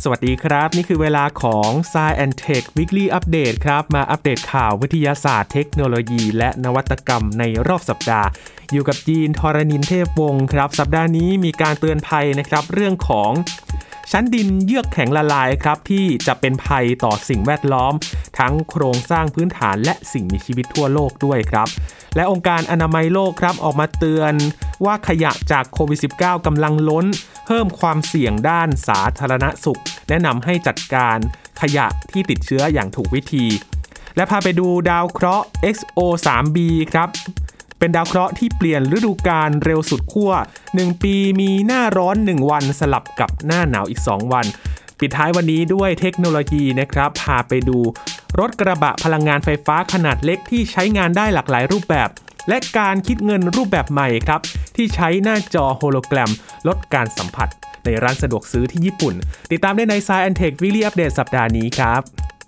สวัสดีครับนี่คือเวลาของ Science and Tech Weekly Update ครับมาอัปเดตข่าววิทยาศาสตร์เทคโนโลยีและนวัตกรรมในรอบสัปดาห์อยู่กับยีนทรณินเทพวงศ์ครับสัปดาห์นี้มีการเตือนภัยนะครับเรื่องของชั้นดินเยือกแข็งละลายครับที่จะเป็นภัยต่อสิ่งแวดล้อมทั้งโครงสร้างพื้นฐานและสิ่งมีชีวิตทั่วโลกด้วยครับและองค์การอนามัยโลกครับออกมาเตือนว่าขยะจากโควิด -19 กำลังล้นเพิ่มความเสี่ยงด้านสาธารณสุขแนะนำให้จัดการขยะที่ติดเชื้ออย่างถูกวิธีและพาไปดูดาวเคราะห์ XO3b ครับเป็นดาวเคราะห์ที่เปลี่ยนฤดูกาลเร็วสุดขั้ว1ปีมีหน้าร้อน1วันสลับกับหน้าหนาวอีก2วันปิดท้ายวันนี้ด้วยเทคโนโลยีนะครับพาไปดูรถกระบะพลังงานไฟฟ้าขนาดเล็กที่ใช้งานได้หลากหลายรูปแบบและการคิดเงินรูปแบบใหม่ครับที่ใช้หน้าจอโฮโลแกรมลดการสัมผัสในร้านสะดวกซื้อที่ญี่ปุ่นติดตามได้ใน Science and Tech Weekly Update สัปดาห์นี้ครับ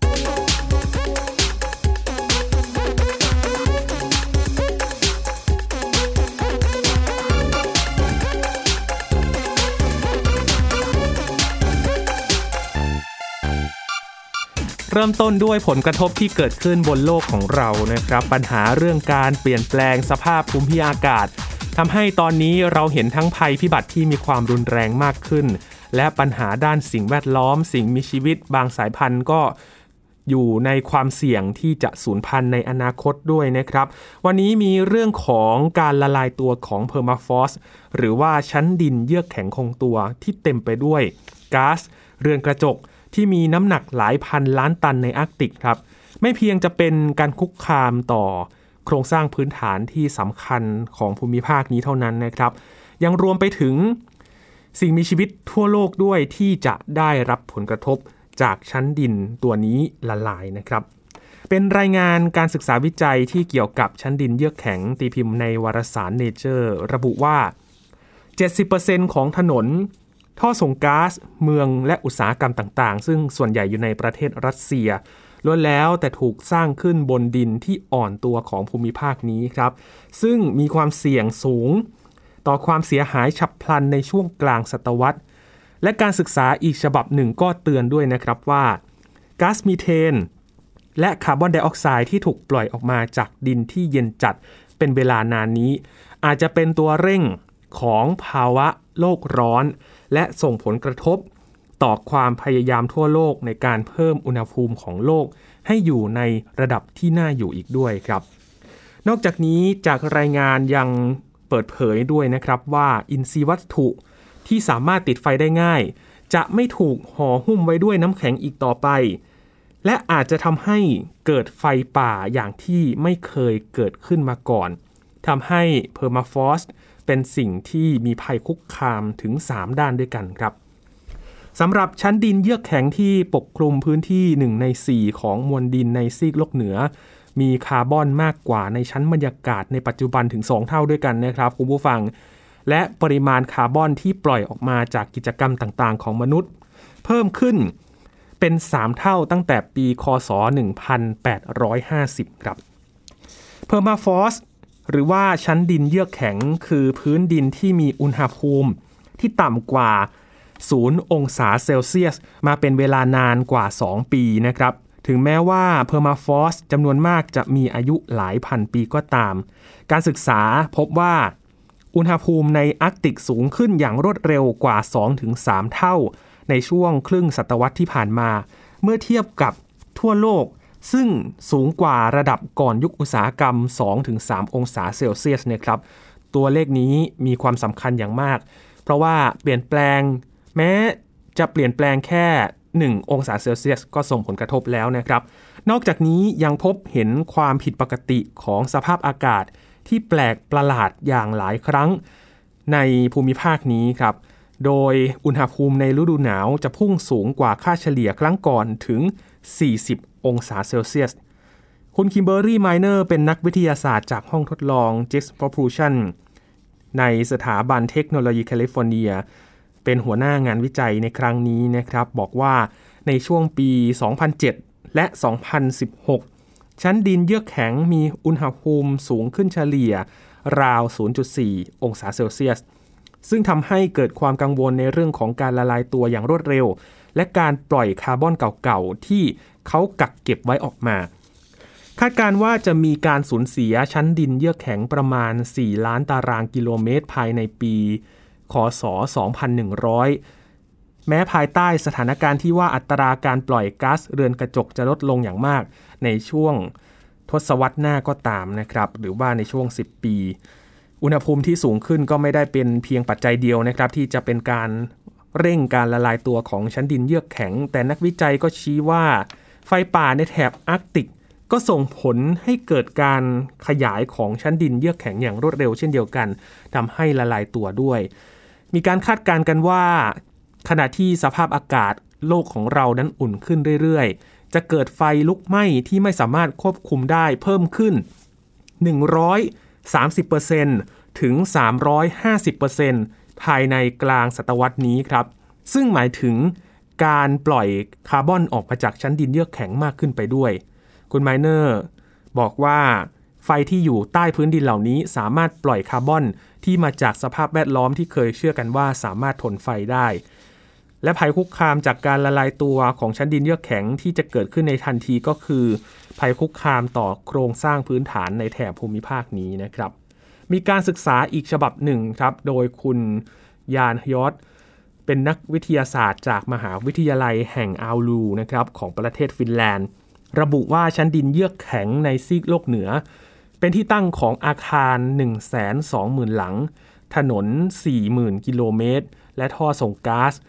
เริ่มต้นด้วยผลกระทบที่เกิดขึ้นบนโลกของเรานะครับปัญหาเรื่องการเปลี่ยนแปลงสภาพภูมิอากาศทำให้ตอนนี้เราเห็นทั้งภัยพิบัติที่มีความรุนแรงมากขึ้นและปัญหาด้านสิ่งแวดล้อมสิ่งมีชีวิตบางสายพันธุ์ก็อยู่ในความเสี่ยงที่จะสูญพันธุ์ในอนาคตด้วยนะครับวันนี้มีเรื่องของการละลายตัวของเพอร์มาฟอสหรือว่าชั้นดินเยือกแข็งคงตัวที่เต็มไปด้วยก๊าซเรือนกระจกที่มีน้ำหนักหลายพันล้านตันในอาร์กติกครับไม่เพียงจะเป็นการคุกคามต่อโครงสร้างพื้นฐานที่สำคัญของภูมิภาคนี้เท่านั้นนะครับยังรวมไปถึงสิ่งมีชีวิตทั่วโลกด้วยที่จะได้รับผลกระทบจากชั้นดินตัวนี้ละลายนะครับเป็นรายงานการศึกษาวิจัยที่เกี่ยวกับชั้นดินเยือกแข็งตีพิมพ์ในวารสาร Nature ระบุว่า 70% ของถนนท่อส่งก๊าซเมืองและอุตสาหกรรมต่างๆซึ่งส่วนใหญ่อยู่ในประเทศรัสเซียล้วนแล้วแต่ถูกสร้างขึ้นบนดินที่อ่อนตัวของภูมิภาคนี้ครับซึ่งมีความเสี่ยงสูงต่อความเสียหายฉับพลันในช่วงกลางศตวรรษและการศึกษาอีกฉบับหนึ่งก็เตือนด้วยนะครับว่าก๊าซมีเทนและคาร์บอนไดออกไซด์ที่ถูกปล่อยออกมาจากดินที่เย็นจัดเป็นเวลานานนี้อาจจะเป็นตัวเร่งของภาวะโลกร้อนและส่งผลกระทบต่อความพยายามทั่วโลกในการเพิ่มอุณหภูมิของโลกให้อยู่ในระดับที่น่าอยู่อีกด้วยครับนอกจากนี้จากรายงานยังเปิดเผยด้วยนะครับว่าอินทรีย์วัตถุที่สามารถติดไฟได้ง่ายจะไม่ถูกห่อหุ้มไว้ด้วยน้ำแข็งอีกต่อไปและอาจจะทำให้เกิดไฟป่าอย่างที่ไม่เคยเกิดขึ้นมาก่อนทำให้เพอร์มาฟอสเป็นสิ่งที่มีภัยคุกคามถึง3ด้านด้วยกันครับสำหรับชั้นดินเยือกแข็งที่ปกคลุมพื้นที่1ใน4ของมวลดินในซีกโลกเหนือมีคาร์บอนมากกว่าในชั้นบรรยากาศในปัจจุบันถึง2เท่าด้วยกันนะครับคุณผู้ฟังและปริมาณคาร์บอนที่ปล่อยออกมาจากกิจกรรมต่างๆของมนุษย์เพิ่มขึ้นเป็น3เท่าตั้งแต่ปีค.ศ. 1850ครับเพอร์มาฟอสหรือว่าชั้นดินเยือกแข็งคือพื้นดินที่มีอุณหภูมิที่ต่ำกว่า0องศาเซลเซียสมาเป็นเวลานานกว่า2ปีนะครับถึงแม้ว่าเพอร์มาฟอสจำนวนมากจะมีอายุหลายพันปีก็ตามการศึกษาพบว่าอุณหภูมิในอาร์กติกสูงขึ้นอย่างรวดเร็วกว่า 2-3 เท่าในช่วงครึ่งศตวรรษที่ผ่านมาเมื่อเทียบกับทั่วโลกซึ่งสูงกว่าระดับก่อนยุคอุตสาหกรรม 2-3 องศาเซลเซียสนะครับตัวเลขนี้มีความสำคัญอย่างมากเพราะว่าเปลี่ยนแปลงแม้จะเปลี่ยนแปลงแค่1องศาเซลเซียสก็ส่งผลกระทบแล้วนะครับนอกจากนี้ยังพบเห็นความผิดปกติของสภาพอากาศที่แปลกประหลาดอย่างหลายครั้งในภูมิภาคนี้ครับโดยอุณหภูมิในฤดูหนาวจะพุ่งสูงกว่าค่าเฉลี่ยครั้งก่อนถึง40องศาเซลเซียสคุณคิมเบอร์รี่ไมเนอร์เป็นนักวิทยาศาสตร์จากห้องทดลอง Jet Propulsion ในสถาบันเทคโนโลยีแคลิฟอร์เนียเป็นหัวหน้างานวิจัยในครั้งนี้นะครับบอกว่าในช่วงปี 2007 และ 2016 ชั้นดินเยือกแข็งมีอุณหภูมิสูงขึ้นเฉลี่ยราว 0.4 องศาเซลเซียสซึ่งทำให้เกิดความกังวลในเรื่องของการละลายตัวอย่างรวดเร็วและการปล่อยคาร์บอนเก่าๆที่เขากักเก็บไว้ออกมาคาดการณ์ว่าจะมีการสูญเสียชั้นดินเยือกแข็งประมาณ4ล้านตารางกิโลเมตรภายในปีค.ศ. 2100แม้ภายใต้สถานการณ์ที่ว่าอัตราการปล่อยก๊าซเรือนกระจกจะลดลงอย่างมากในช่วงทศวรรษหน้าก็ตามนะครับหรือว่าในช่วง10ปีอุณหภูมิที่สูงขึ้นก็ไม่ได้เป็นเพียงปัจจัยเดียวนะครับที่จะเป็นการเร่งการละลายตัวของชั้นดินเยือกแข็งแต่นักวิจัยก็ชี้ว่าไฟป่าในแถบอาร์กติกก็ส่งผลให้เกิดการขยายของชั้นดินเยือกแข็งอย่างรวดเร็วเช่นเดียวกันทำให้ละลายตัวด้วยมีการคาดการณ์กันว่าขณะที่สภาพอากาศโลกของเรานั้นอุ่นขึ้นเรื่อยๆจะเกิดไฟลุกไหม้ที่ไม่สามารถควบคุมได้เพิ่มขึ้น130%ถึง 350% ภายในกลางศตวรรษนี้ครับซึ่งหมายถึงการปล่อยคาร์บอนออกมาจากชั้นดินเยือกแข็งมากขึ้นไปด้วยคุณไมเนอร์บอกว่าไฟที่อยู่ใต้พื้นดินเหล่านี้สามารถปล่อยคาร์บอนที่มาจากสภาพแวดล้อมที่เคยเชื่อกันว่าสามารถทนไฟได้และภัยคุกคามจากการละลายตัวของชั้นดินเยือกแข็งที่จะเกิดขึ้นในทันทีก็คือภัยคุกคามต่อโครงสร้างพื้นฐานในแถบภูมิภาคนี้นะครับมีการศึกษาอีกฉบับหนึ่งครับโดยคุณยานฮยอตเป็นนักวิทยาศาสตร์จากมหาวิทยาลัยแห่งอาลูนะครับของประเทศฟินแลนด์ระบุว่าชั้นดินเยือกแข็งในซีกโลกเหนือเป็นที่ตั้งของอาคาร 120,000 หลังถนน 40,000 กิโลเมตรและท่อส่งก๊าซ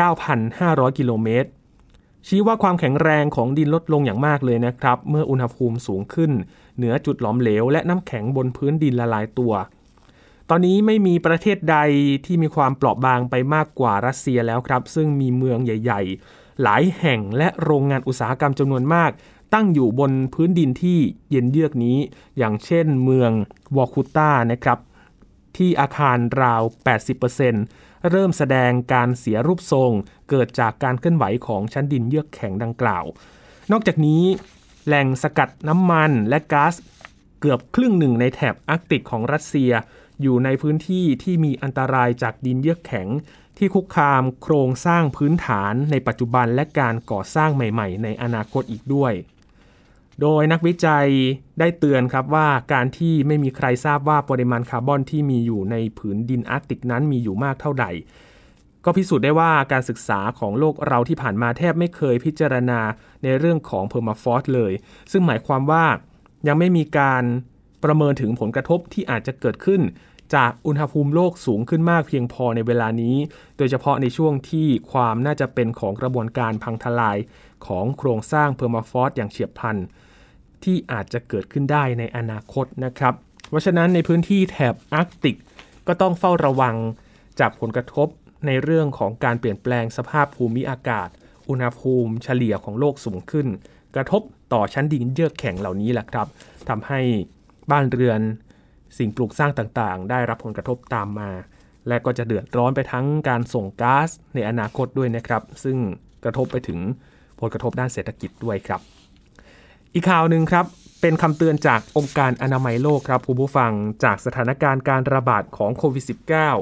9,500 กิโลเมตรชี้ว่าความแข็งแรงของดินลดลงอย่างมากเลยนะครับเมื่ออุณหภูมิสูงขึ้นเหนือจุดหลอมเหลวและน้ำแข็งบนพื้นดินละลายตัวตอนนี้ไม่มีประเทศใดที่มีความเปราะบางไปมากกว่ารัสเซียแล้วครับซึ่งมีเมืองใหญ่ๆหลายแห่งและโรงงานอุตสาหกรรมจำนวนมากตั้งอยู่บนพื้นดินที่เย็นเยือกนี้อย่างเช่นเมืองวอคูต้านะครับที่อาคารราว 80% เริ่มแสดงการเสียรูปทรงเกิดจากการเคลื่อนไหวของชั้นดินเยือกแข็งดังกล่าวนอกจากนี้แหล่งสกัดน้ำมันและก๊าซเกือบครึ่งหนึ่งในแถบอาร์กติกของรัสเซียอยู่ในพื้นที่ที่มีอันตรายจากดินเยือกแข็งที่คุกคามโครงสร้างพื้นฐานในปัจจุบันและการก่อสร้างใหม่ๆในอนาคตอีกด้วยโดยนักวิจัยได้เตือนครับว่าการที่ไม่มีใครทราบว่าปริมาณคาร์บอนที่มีอยู่ในผืนดินอาร์กติกนั้นมีอยู่มากเท่าใดก็พิสูจน์ได้ว่าการศึกษาของโลกเราที่ผ่านมาแทบไม่เคยพิจารณาในเรื่องของเพอร์มาฟรอสต์เลยซึ่งหมายความว่ายังไม่มีการประเมินถึงผลกระทบที่อาจจะเกิดขึ้นจากอุณหภูมิโลกสูงขึ้นมากเพียงพอในเวลานี้โดยเฉพาะในช่วงที่ความน่าจะเป็นของกระบวนการพังทลายของโครงสร้างเพอร์มาฟรอสต์อย่างเฉียบพลันที่อาจจะเกิดขึ้นได้ในอนาคตนะครับเพราะฉะนั้นในพื้นที่แถบอาร์กติกก็ต้องเฝ้าระวังจากผลกระทบในเรื่องของการเปลี่ยนแปลงสภาพภูมิอากาศอุณหภูมิเฉลี่ยของโลกสูงขึ้นกระทบต่อชั้นดินเยือกแข็งเหล่านี้แหละครับทำให้บ้านเรือนสิ่งปลูกสร้างต่างๆได้รับผลกระทบตามมาและก็จะเดือดร้อนไปทั้งการส่งก๊าซในอนาคตด้วยนะครับซึ่งกระทบไปถึงผลกระทบด้านเศรษฐกิจด้วยครับอีกข่าวหนึ่งครับเป็นคำเตือนจากองค์การอนามัยโลกครับคุณผู้ฟังจากสถานการณ์การระบาดของโควิด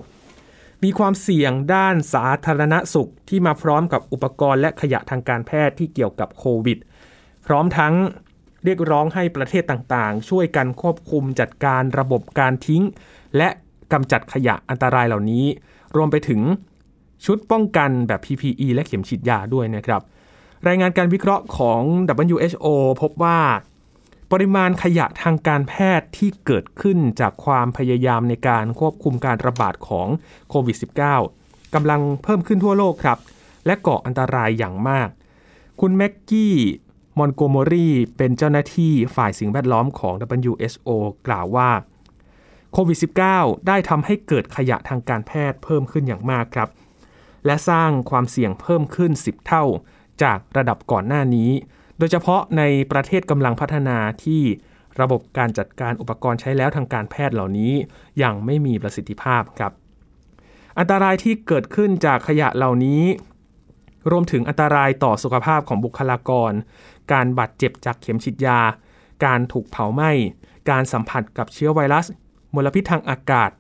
-19 มีความเสี่ยงด้านสาธารณสุขที่มาพร้อมกับอุปกรณ์และขยะทางการแพทย์ที่เกี่ยวกับโควิดพร้อมทั้งเรียกร้องให้ประเทศต่างๆช่วยกันควบคุมจัดการระบบการทิ้งและกำจัดขยะอันตรายเหล่านี้รวมไปถึงชุดป้องกันแบบ PPE และเข็มฉีดยาด้วยนะครับรายงานการวิเคราะห์ของ WHO พบว่าปริมาณขยะทางการแพทย์ที่เกิดขึ้นจากความพยายามในการควบคุมการระบาดของโควิด -19 กำลังเพิ่มขึ้นทั่วโลกครับและก่ออันตรายอย่างมากคุณแม็กกี้มอนโกโมรีเป็นเจ้าหน้าที่ฝ่ายสิ่งแวดล้อมของ WHO กล่าวว่าโควิด -19 ได้ทำให้เกิดขยะทางการแพทย์เพิ่มขึ้นอย่างมากครับและสร้างความเสี่ยงเพิ่มขึ้น10 เท่าจากระดับก่อนหน้านี้โดยเฉพาะในประเทศกำลังพัฒนาที่ระบบการจัดการอุปกรณ์ใช้แล้วทางการแพทย์เหล่านี้ยังไม่มีประสิทธิภาพครับอันตรายที่เกิดขึ้นจากขยะเหล่านี้รวมถึงอันตรายต่อสุขภาพของบุคลากรการบาดเจ็บจากเข็มฉีดยาการถูกเผาไหม้การสัมผัสกับเชื้อไวรัสมลพิษทางอากาศ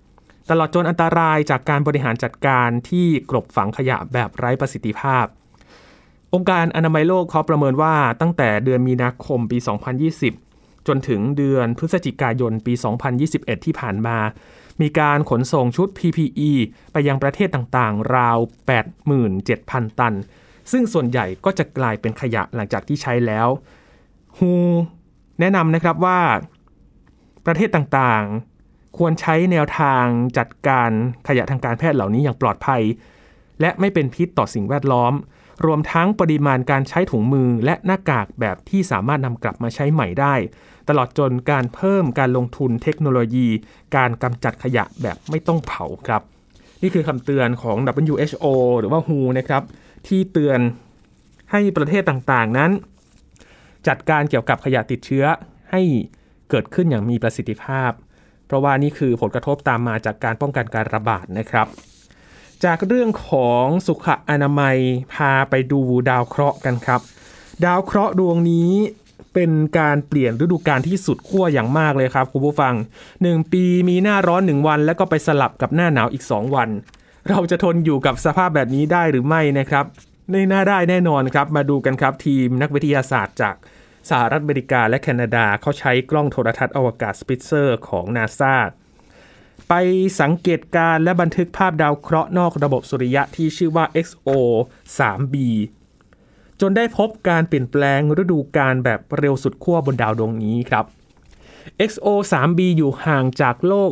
ตลอดจนอันตรายจากการบริหารจัดการที่กลบฝังขยะแบบไร้ประสิทธิภาพองค์การอนามัยโลกเขาประเมินว่าตั้งแต่เดือนมีนาคมปี 2020 จนถึงเดือนพฤศจิกายนปี 2021 ที่ผ่านมามีการขนส่งชุด PPE ไปยังประเทศต่างๆราว 87,000 ตันซึ่งส่วนใหญ่ก็จะกลายเป็นขยะหลังจากที่ใช้แล้ว WHO แนะนำนะครับว่าประเทศต่างๆควรใช้แนวทางจัดการขยะทางการแพทย์เหล่านี้อย่างปลอดภัยและไม่เป็นพิษต่อสิ่งแวดล้อมรวมทั้งปริมาณการใช้ถุงมือและหน้ากากแบบที่สามารถนำกลับมาใช้ใหม่ได้ตลอดจนการเพิ่มการลงทุนเทคโนโลยีการกำจัดขยะแบบไม่ต้องเผาครับนี่คือคำเตือนของ WHO หรือว่า WHO นะครับที่เตือนให้ประเทศต่างๆนั้นจัดการเกี่ยวกับขยะติดเชื้อให้เกิดขึ้นอย่างมีประสิทธิภาพเพราะว่านี่คือผลกระทบตามมาจากการป้องกันการระบาดนะครับจากเรื่องของสุขอนามัยพาไปดูดาวเคราะห์กันครับดาวเคราะห์ดวงนี้เป็นการเปลี่ยนฤดูกาลที่สุดขั้วอย่างมากเลยครับคุณผู้ฟัง1ปีมีหน้าร้อน1วันแล้วก็ไปสลับกับหน้าหนาวอีก2วันเราจะทนอยู่กับสภาพแบบนี้ได้หรือไม่นะครับน่าได้แน่นอนครับมาดูกันครับทีมนักวิทยาศาสตร์จากสหรัฐอเมริกาและแคนาดาเขาใช้กล้องโทรทัศน์อวกาศสปิตเซอร์ของ NASA ไปสังเกตการและบันทึกภาพดาวเคราะห์นอกระบบสุริยะที่ชื่อว่า XO3b จนได้พบการเปลี่ยนแปลงฤดูกาลแบบเร็วสุดขั้วบนดาวดวงนี้ครับ XO3b อยู่ห่างจากโลก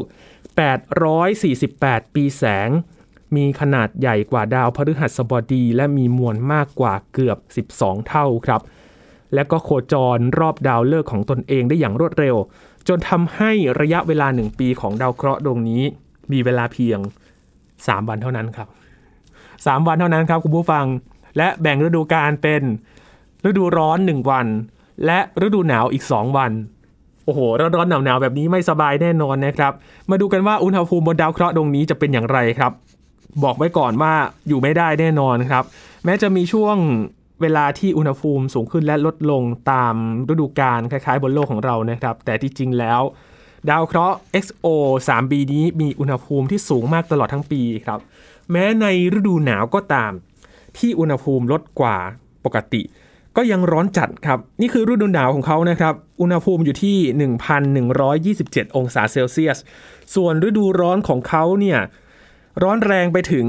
848ปีแสงมีขนาดใหญ่กว่าดาวพฤหัสบดีและมีมวลมากกว่าเกือบ12เท่าครับและก็โคจรรอบดาวฤกษ์ของตนเองได้อย่างรวดเร็วจนทำให้ระยะเวลา1ปีของดาวเคราะห์ดวงนี้มีเวลาเพียง3วันเท่านั้นครับ3วันเท่านั้นครับคุณผู้ฟังและแบ่งฤดูกาลเป็นฤดูร้อน1วันและฤดูหนาวอีก2วันโอ้โหร้อนๆหนาวๆแบบนี้ไม่สบายแน่นอนนะครับมาดูกันว่าอุณหภูมิบนดาวเคราะห์ดวงนี้จะเป็นอย่างไรครับบอกไว้ก่อนว่าอยู่ไม่ได้แน่นอนครับแม้จะมีช่วงเวลาที่อุณหภูมิสูงขึ้นและลดลงตามฤดูกาลคล้ายๆบนโลกของเรานะครับแต่ที่จริงแล้วดาวเคราะห์ XO3b นี้มีอุณหภูมิที่สูงมากตลอดทั้งปีครับแม้ในฤดูหนาวก็ตามที่อุณหภูมิลดกว่าปกติก็ยังร้อนจัดครับนี่คือฤดูหนาวของเขานะครับอุณหภูมิอยู่ที่ 1,127 องศาเซลเซียสส่วนฤดูร้อนของเขาเนี่ยร้อนแรงไปถึง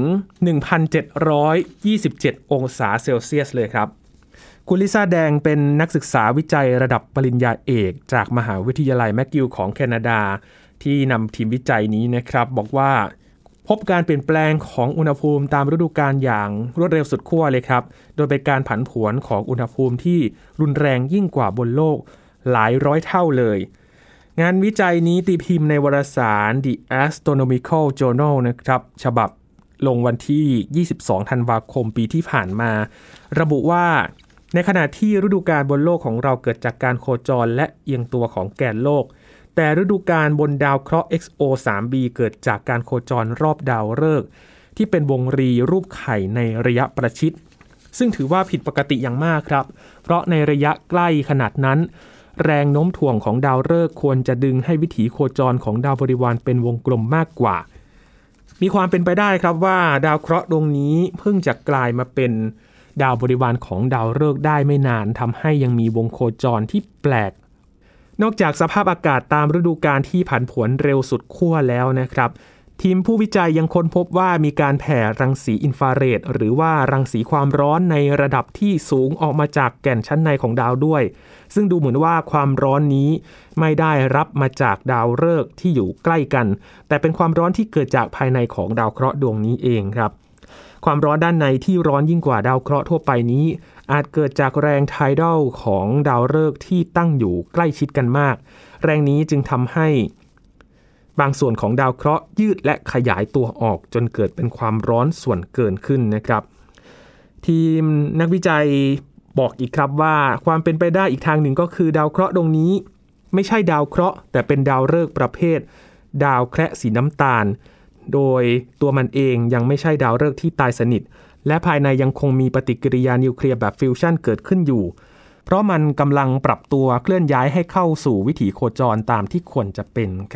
1,727 องศาเซลเซียสเลยครับคุณลิซ่าแดงเป็นนักศึกษาวิจัยระดับปริญญาเอกจากมหาวิทยาลัยแมคกิลของแคนาดาที่นำทีมวิจัยนี้นะครับบอกว่าพบการเปลี่ยนแปลงของอุณหภูมิตามฤดูกาลอย่างรวดเร็วสุดขั้วเลยครับโดยเป็นการผันผวนของอุณหภูมิที่รุนแรงยิ่งกว่าบนโลกหลายร้อยเท่าเลยงานวิจัยนี้ตีพิมพ์ในวารสาร The Astronomical Journal นะครับฉบับลงวันที่ 22 ธันวาคมปีที่ผ่านมาระบุว่าในขณะที่ฤดูกาลบนโลกของเราเกิดจากการโคจรและเอียงตัวของแกนโลกแต่ฤดูกาลบนดาวเคราะห์ XO3b เกิดจากการโคจรรอบดาวฤกษ์ที่เป็นวงรีรูปไข่ในระยะประชิดซึ่งถือว่าผิดปกติอย่างมากครับเพราะในระยะใกล้ขนาดนั้นแรงโน้มถ่วงของดาวฤกษ์ควรจะดึงให้วิถีโคจรของดาวบริวารเป็นวงกลมมากกว่ามีความเป็นไปได้ครับว่าดาวเคราะห์ดวงนี้เพิ่งจะกลายมาเป็นดาวบริวารของดาวฤกษ์ได้ไม่นานทำให้ยังมีวงโคจรที่แปลกนอกจากสภาพอากาศตามฤดูกาลที่ผันผวนเร็วสุดขั้วแล้วนะครับทีมผู้วิจัยยังค้นพบว่ามีการแผ่รังสีอินฟราเรดหรือว่ารังสีความร้อนในระดับที่สูงออกมาจากแก่นชั้นในของดาวด้วยซึ่งดูเหมือนว่าความร้อนนี้ไม่ได้รับมาจากดาวฤกษ์ที่อยู่ใกล้กันแต่เป็นความร้อนที่เกิดจากภายในของดาวเคราะห์ดวงนี้เองครับความร้อนด้านในที่ร้อนยิ่งกว่าดาวเคราะห์ทั่วไปนี้อาจเกิดจากแรงไทดัลของดาวฤกษ์ที่ตั้งอยู่ใกล้ชิดกันมากแรงนี้จึงทำให้บางส่วนของดาวเคราะห์ยืดและขยายตัวออกจนเกิดเป็นความร้อนส่วนเกินขึ้นนะครับทีมนักวิจัยบอกอีกครับว่าความเป็นไปได้อีกทางหนึ่งก็คือดาวเคราะห์ดวงนี้ไม่ใช่ดาวเคราะห์แต่เป็นดาวฤกษ์ประเภทดาวแคระสีน้ำตาลโดยตัวมันเองยังไม่ใช่ดาวฤกษ์ที่ตายสนิทและภายในยังคงมีปฏิกิริยานิวเคลียร์แบบฟิวชั่นเกิดขึ้นอยู่เพราะมันกำลังปรับตัวเคลื่อนย้ายให้เข้าสู่วิถีโคจรตามที่ควรจะเป็นครับ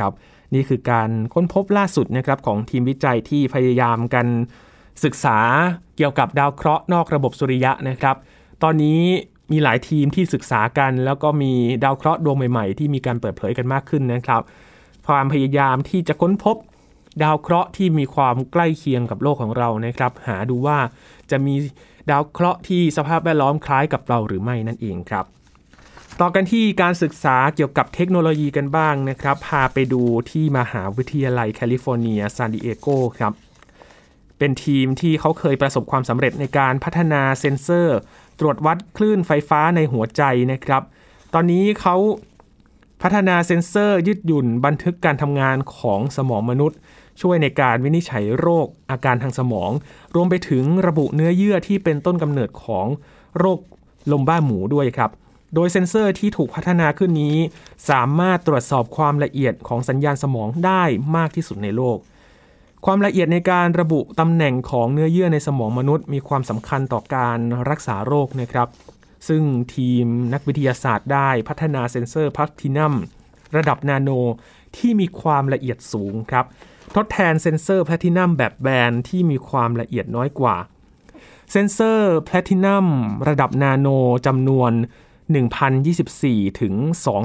นี่คือการค้นพบล่าสุดนะครับของทีมวิจัยที่พยายามกันศึกษาเกี่ยวกับดาวเคราะห์นอกระบบสุริยะนะครับตอนนี้มีหลายทีมที่ศึกษากันแล้วก็มีดาวเคราะห์ดวงใหม่ๆที่มีการเปิดเผยกันมากขึ้นนะครับความพยายามที่จะค้นพบดาวเคราะห์ที่มีความใกล้เคียงกับโลกของเรานะครับหาดูว่าจะมีดาวเคราะห์ที่สภาพแวดล้อมคล้ายกับเราหรือไม่นั่นเองครับต่อกันที่การศึกษาเกี่ยวกับเทคโนโลยีกันบ้างนะครับพาไปดูที่มหาวิทยาลัยแคลิฟอร์เนียซานดิเอโกครับเป็นทีมที่เขาเคยประสบความสำเร็จในการพัฒนาเซ็นเซอร์ตรวจวัดคลื่นไฟฟ้าในหัวใจนะครับตอนนี้เขาพัฒนาเซ็นเซอร์ยืดหยุ่นบันทึกการทำงานของสมองมนุษย์ช่วยในการวินิจฉัยโรคอาการทางสมองรวมไปถึงระบุเนื้อเยื่อที่เป็นต้นกำเนิดของโรคลมบ้าหมูด้วยครับโดยเซ็นเซอร์ที่ถูกพัฒนาขึ้นนี้สามารถตรวจสอบความละเอียดของสัญญาณสมองได้มากที่สุดในโลกความละเอียดในการระบุตำแหน่งของเนื้อเยื่อในสมองมนุษย์มีความสำคัญต่อการรักษาโรคนะครับซึ่งทีมนักวิทยาศาสตร์ได้พัฒนาเซ็นเซอร์แพลทินัมระดับนาโนที่มีความละเอียดสูงครับทดแทนเซ็นเซอร์แพลทินัมแบบแบนที่มีความละเอียดน้อยกว่าเซ็นเซอร์แพลทินัมระดับนาโนจำนวน 1,024 ถึง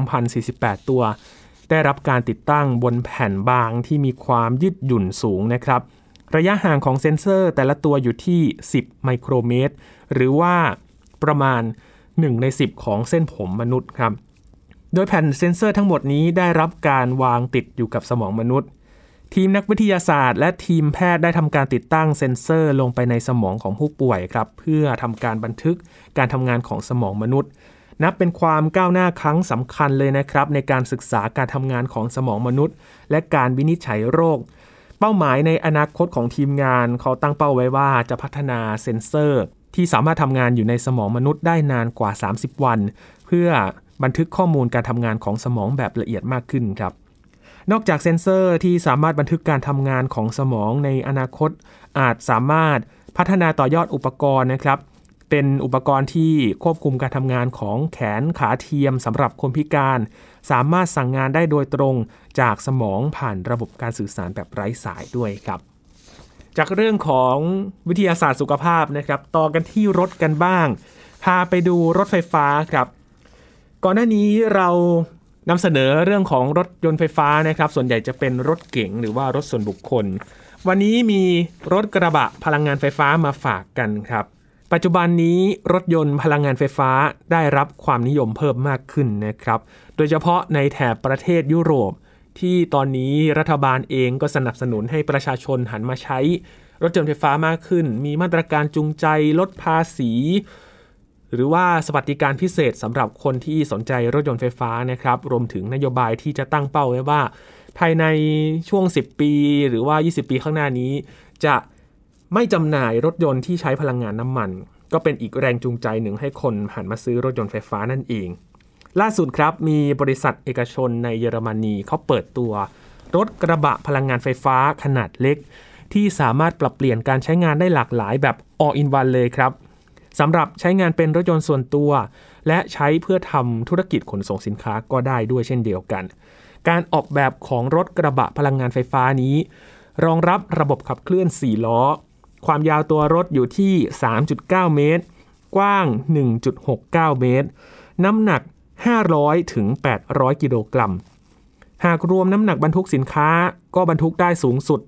2,048 ตัวได้รับการติดตั้งบนแผ่นบางที่มีความยืดหยุ่นสูงนะครับระยะห่างของเซ็นเซอร์แต่ละตัวอยู่ที่10ไมโครเมตรหรือว่าประมาณ1ใน10ของเส้นผมมนุษย์ครับโดยแผ่นเซ็นเซอร์ทั้งหมดนี้ได้รับการวางติดอยู่กับสมองมนุษย์ทีมนักวิทยาศาสตร์และทีมแพทย์ได้ทำการติดตั้งเซ็นเซอร์ลงไปในสมองของผู้ป่วยครับเพื่อทำการบันทึกการทำงานของสมองมนุษย์นับเป็นความก้าวหน้าครั้งสำคัญเลยนะครับในการศึกษาการทำงานของสมองมนุษย์และการวินิจฉัยโรคเป้าหมายในอนาคตของทีมงานเขาตั้งเป้าไว้ว่าจะพัฒนาเซ็นเซอร์ที่สามารถทำงานอยู่ในสมองมนุษย์ได้นานกว่า30วันเพื่อบันทึกข้อมูลการทำงานของสมองแบบละเอียดมากขึ้นครับนอกจากเซ็นเซอร์ที่สามารถบันทึกการทำงานของสมองในอนาคตอาจสามารถพัฒนาต่อยอดอุปกรณ์นะครับเป็นอุปกรณ์ที่ควบคุมการทำงานของแขนขาเทียมสำหรับคนพิการสามารถสั่งงานได้โดยตรงจากสมองผ่านระบบการสื่อสารแบบไร้สายด้วยครับจากเรื่องของวิทยาศาสตร์สุขภาพนะครับต่อกันที่รถกันบ้างพาไปดูรถไฟฟ้าครับก่อนหน้านี้เรานำเสนอเรื่องของรถยนต์ไฟฟ้านะครับส่วนใหญ่จะเป็นรถเก๋งหรือว่ารถส่วนบุคคลวันนี้มีรถกระบะพลังงานไฟฟ้ามาฝากกันครับปัจจุบันนี้รถยนต์พลังงานไฟฟ้าได้รับความนิยมเพิ่มมากขึ้นนะครับโดยเฉพาะในแถบประเทศยุโรปที่ตอนนี้รัฐบาลเองก็สนับสนุนให้ประชาชนหันมาใช้รถยนต์ไฟฟ้ามากขึ้นมีมาตรการจูงใจลดภาษีหรือว่าสวัสดิการพิเศษสำหรับคนที่สนใจรถยนต์ไฟฟ้านะครับรวมถึงนโยบายที่จะตั้งเป้าไว้ว่าภายในช่วง10ปีหรือว่า20ปีข้างหน้านี้จะไม่จำหน่ายรถยนต์ที่ใช้พลังงานน้ำมันก็เป็นอีกแรงจูงใจหนึ่งให้คนหันมาซื้อรถยนต์ไฟฟ้านั่นเองล่าสุดครับมีบริษัทเอกชนในเยอรมนีเขาเปิดตัวรถกระบะพลังงานไฟฟ้าขนาดเล็กที่สามารถปรับเปลี่ยนการใช้งานได้หลากหลายแบบ all in one เลยครับสำหรับใช้งานเป็นรถยนต์ส่วนตัวและใช้เพื่อทำธุรกิจขนส่งสินค้าก็ได้ด้วยเช่นเดียวกันการออกแบบของรถกระบะพลังงานไฟฟ้านี้รองรับระบบขับเคลื่อน4ล้อความยาวตัวรถอยู่ที่ 3.9 เมตรกว้าง 1.69 เมตรน้ำหนัก500ถึง800กิโลกรัมหากรวมน้ำหนักบรรทุกสินค้าก็บรรทุกได้สูงสุด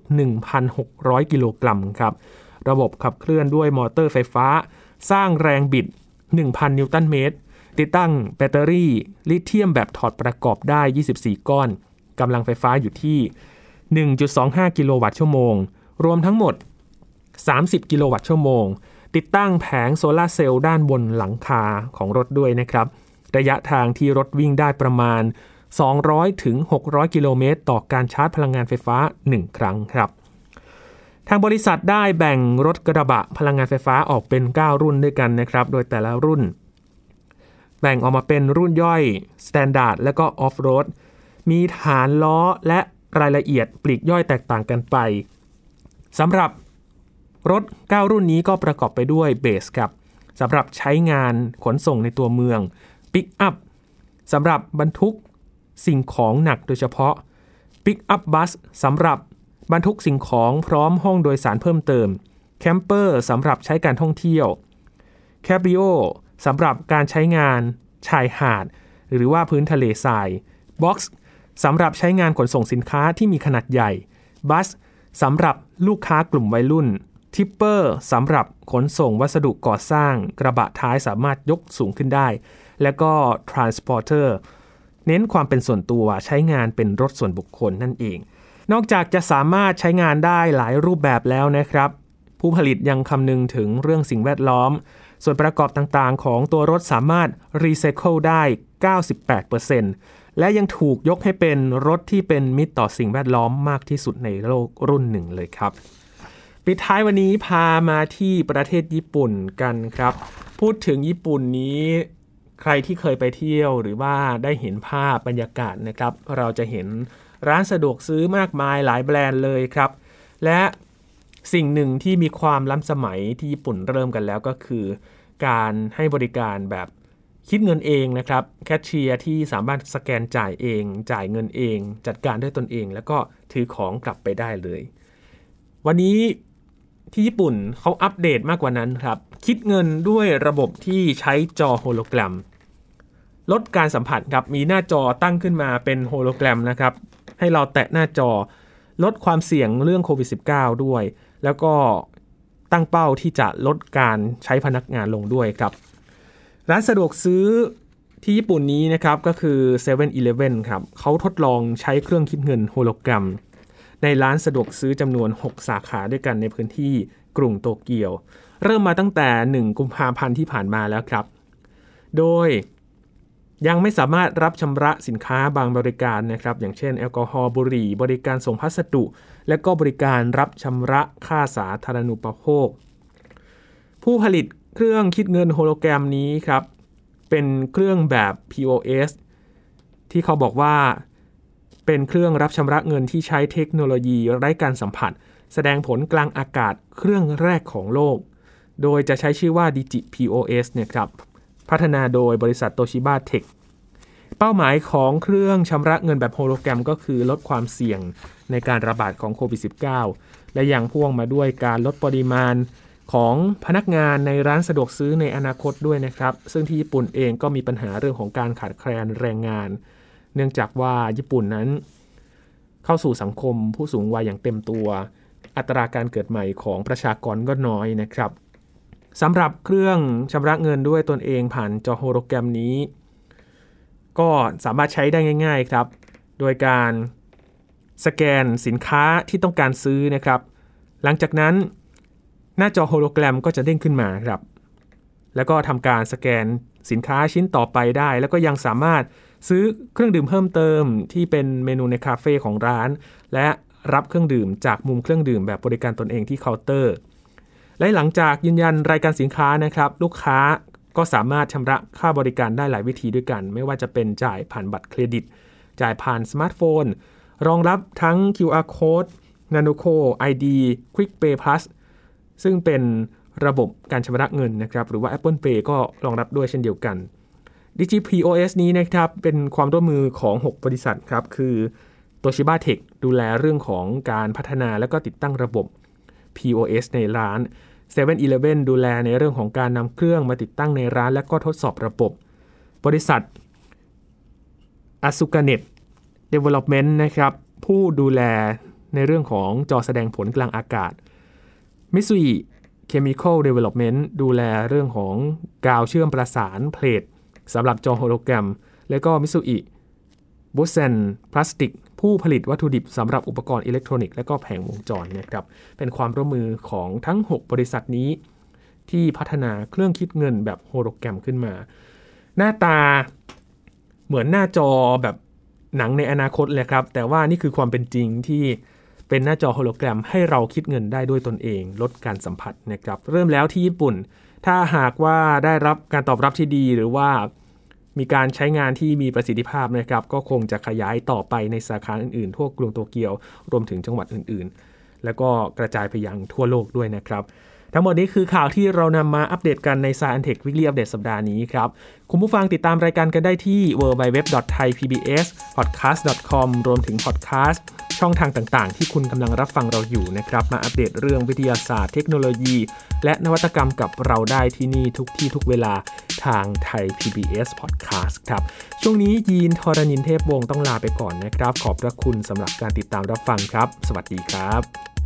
1,600 กิโลกรัมครับระบบขับเคลื่อนด้วยมอเตอร์ไฟฟ้าสร้างแรงบิด 1,000 นิวตันเมตรติดตั้งแบตเตอรี่ลิเธียมแบบถอดประกอบได้24ก้อนกำลังไฟฟ้าอยู่ที่ 1.25 กิโลวัตต์ชั่วโมงรวมทั้งหมด30กิโลวัตต์ชั่วโมงติดตั้งแผงโซลาร์เซลล์ด้านบนหลังคาของรถด้วยนะครับระยะทางที่รถวิ่งได้ประมาณ200ถึง600กิโลเมตรต่อการชาร์จพลังงานไฟฟ้า1ครั้งครับทางบริษัทได้แบ่งรถกระบะพลังงานไฟฟ้าออกเป็น9รุ่นด้วยกันนะครับโดยแต่ละรุ่นแบ่งออกมาเป็นรุ่นย่อย Standard และก็ Off-road มีฐานล้อและรายละเอียดปลีกย่อยแตกต่างกันไปสำหรับรถ9รุ่นนี้ก็ประกอบไปด้วยเบสครับสำหรับใช้งานขนส่งในตัวเมืองปิกอัพสำหรับบรรทุกสิ่งของหนักโดยเฉพาะ Pick Up Bus สำหรับบรรทุกสิ่งของพร้อมห้องโดยสารเพิ่มเติม Camper สำหรับใช้การท่องเที่ยว Cabrio สำหรับการใช้งานชายหาดหรือว่าพื้นทะเลทราย Box สำหรับใช้งานขนส่งสินค้าที่มีขนาดใหญ่ Bus สำหรับลูกค้ากลุ่มวัยรุ่น Tipper สำหรับขนส่งวัสดุก่อสร้างกระบะท้ายสามารถยกสูงขึ้นได้และก็ Transporter เน้นความเป็นส่วนตัวใช้งานเป็นรถส่วนบุคคลนั่นเองนอกจากจะสามารถใช้งานได้หลายรูปแบบแล้วนะครับผู้ผลิตยังคำนึงถึงเรื่องสิ่งแวดล้อมส่วนประกอบต่างๆของตัวรถสามารถรีไซเคิลได้ 98% และยังถูกยกให้เป็นรถที่เป็นมิตรต่อสิ่งแวดล้อมมากที่สุดในโลกรุ่นหนึ่งเลยครับปิดท้ายวันนี้พามาที่ประเทศญี่ปุ่นกันครับพูดถึงญี่ปุ่นนี้ใครที่เคยไปเที่ยวหรือว่าได้เห็นภาพบรรยากาศนะครับเราจะเห็นร้านสะดวกซื้อมากมายหลายแบรนด์เลยครับและสิ่งหนึ่งที่มีความล้ำสมัยที่ญี่ปุ่นเริ่มกันแล้วก็คือการให้บริการแบบคิดเงินเองนะครับแคชเชียร์ที่สามารถสแกนจ่ายเองจ่ายเงินเองจัดการด้วยตนเองแล้วก็ถือของกลับไปได้เลยวันนี้ที่ญี่ปุ่นเขาอัปเดตมากกว่านั้นครับคิดเงินด้วยระบบที่ใช้จอโฮโลแกรมลดการสัมผัสครับมีหน้าจอตั้งขึ้นมาเป็นโฮโลแกรมนะครับให้เราแตะหน้าจอลดความเสี่ยงเรื่องโควิด -19 ด้วยแล้วก็ตั้งเป้าที่จะลดการใช้พนักงานลงด้วยครับร้านสะดวกซื้อที่ญี่ปุ่นนี้นะครับก็คือ 7-Eleven ครับเขาทดลองใช้เครื่องคิดเงินโฮโลแกรมในร้านสะดวกซื้อจำนวน6สาขาด้วยกันในพื้นที่กรุงโตเกียวเริ่มมาตั้งแต่1กุมภาพันธ์ที่ผ่านมาแล้วครับโดยยังไม่สามารถรับชำระสินค้าบางบริการนะครับอย่างเช่นแอลกอฮอล์บุหรี่บริการส่งพัสดุและก็บริการรับชำระค่าสาธารณูปโภคผู้ผลิตเครื่องคิดเงินโฮโลแกรมนี้ครับเป็นเครื่องแบบ POS ที่เขาบอกว่าเป็นเครื่องรับชำระเงินที่ใช้เทคโนโลยีไร้การสัมผัสแสดงผลกลางอากาศเครื่องแรกของโลกโดยจะใช้ชื่อว่า Digi POS เนี่ยครับพัฒนาโดยบริษัทโตชิบะเทคเป้าหมายของเครื่องชำระเงินแบบโฮโลแกรมก็คือลดความเสี่ยงในการระบาดของโควิด -19 และยังพ่วงมาด้วยการลดปริมาณของพนักงานในร้านสะดวกซื้อในอนาคตด้วยนะครับซึ่งที่ญี่ปุ่นเองก็มีปัญหาเรื่องของการขาดแคลนแรงงานเนื่องจากว่าญี่ปุ่นนั้นเข้าสู่สังคมผู้สูงวัยอย่างเต็มตัวอัตราการเกิดใหม่ของประชากรก็น้อยนะครับสำหรับเครื่องชำระเงินด้วยตนเองผ่านจอโฮโลแกรมนี้ก็สามารถใช้ได้ง่ายๆครับโดยการสแกนสินค้าที่ต้องการซื้อนะครับหลังจากนั้นหน้าจอโฮโลแกรมก็จะเด้งขึ้นมาครับแล้วก็ทำการสแกนสินค้าชิ้นต่อไปได้แล้วก็ยังสามารถซื้อเครื่องดื่มเพิ่มเติมที่เป็นเมนูในคาเฟ่ของร้านและรับเครื่องดื่มจากมุมเครื่องดื่มแบบบริการตนเองที่เคาน์เตอร์และหลังจากยืนยันรายการสินค้านะครับลูกค้าก็สามารถชำระค่าบริการได้หลายวิธีด้วยกันไม่ว่าจะเป็นจ่ายผ่านบัตรเครดิตจ่ายผ่านสมาร์ทโฟนรองรับทั้ง QR Code Nanoco ID Quick Pay Plus ซึ่งเป็นระบบการชำระเงินนะครับหรือว่า Apple Pay ก็รองรับด้วยเช่นเดียวกัน Digi POS นี้นะครับเป็นความร่วมมือของ6บริษัทครับคือ Toshiba Tech ดูแลเรื่องของการพัฒนาและก็ติดตั้งระบบ POS ในร้าน 7-Eleven ดูแลในเรื่องของการนำเครื่องมาติดตั้งในร้านและก็ทดสอบระบบบริษัท Asukanet Development นะครับผู้ดูแลในเรื่องของจอแสดงผลกลางอากาศ Mitsui Chemical Development ดูแลเรื่องของกาวเชื่อมประสานเพลทสำหรับจอโฮโลแกรมและก็ Mitsui Bussan Plastic ผู้ผลิตวัตถุดิบสำหรับอุปกรณ์อิเล็กทรอนิกส์และก็แผงวงจรนะครับเป็นความร่วมมือของทั้ง6บริษัทนี้ที่พัฒนาเครื่องคิดเงินแบบโฮโลแกรมขึ้นมาหน้าตาเหมือนหน้าจอแบบหนังในอนาคตเลยครับแต่ว่านี่คือความเป็นจริงที่เป็นหน้าจอโฮโลแกรมให้เราคิดเงินได้ด้วยตนเองลดการสัมผัสนะครับเริ่มแล้วที่ญี่ปุ่นถ้าหากว่าได้รับการตอบรับที่ดีหรือว่ามีการใช้งานที่มีประสิทธิภาพนะครับก็คงจะขยายต่อไปในสาขาอื่นๆทั่วกรุงโตเกียวรวมถึงจังหวัดอื่นๆแล้วก็กระจายไปยังทั่วโลกด้วยนะครับทั้งหมดนี้คือข่าวที่เรานำมาอัปเดตกันใน Science Tech Weekly Update สัปดาห์นี้ครับคุณผู้ฟังติดตามรายการกันได้ที่ www.thaipbspodcast.com รวมถึงพอดแคสต์ช่องทางต่างๆที่คุณกำลังรับฟังเราอยู่นะครับมาอัปเดตเรื่องวิทยาศาสตร์เทคโนโลยีและนวัตกรรมกับเราได้ที่นี่ทุกที่ทุกเวลาทาง Thai PBS Podcast ครับช่วงนี้ยีนทรณินเทพวงศ์ต้องลาไปก่อนนะครับขอบพระคุณสำหรับการติดตามรับฟังครับสวัสดีครับ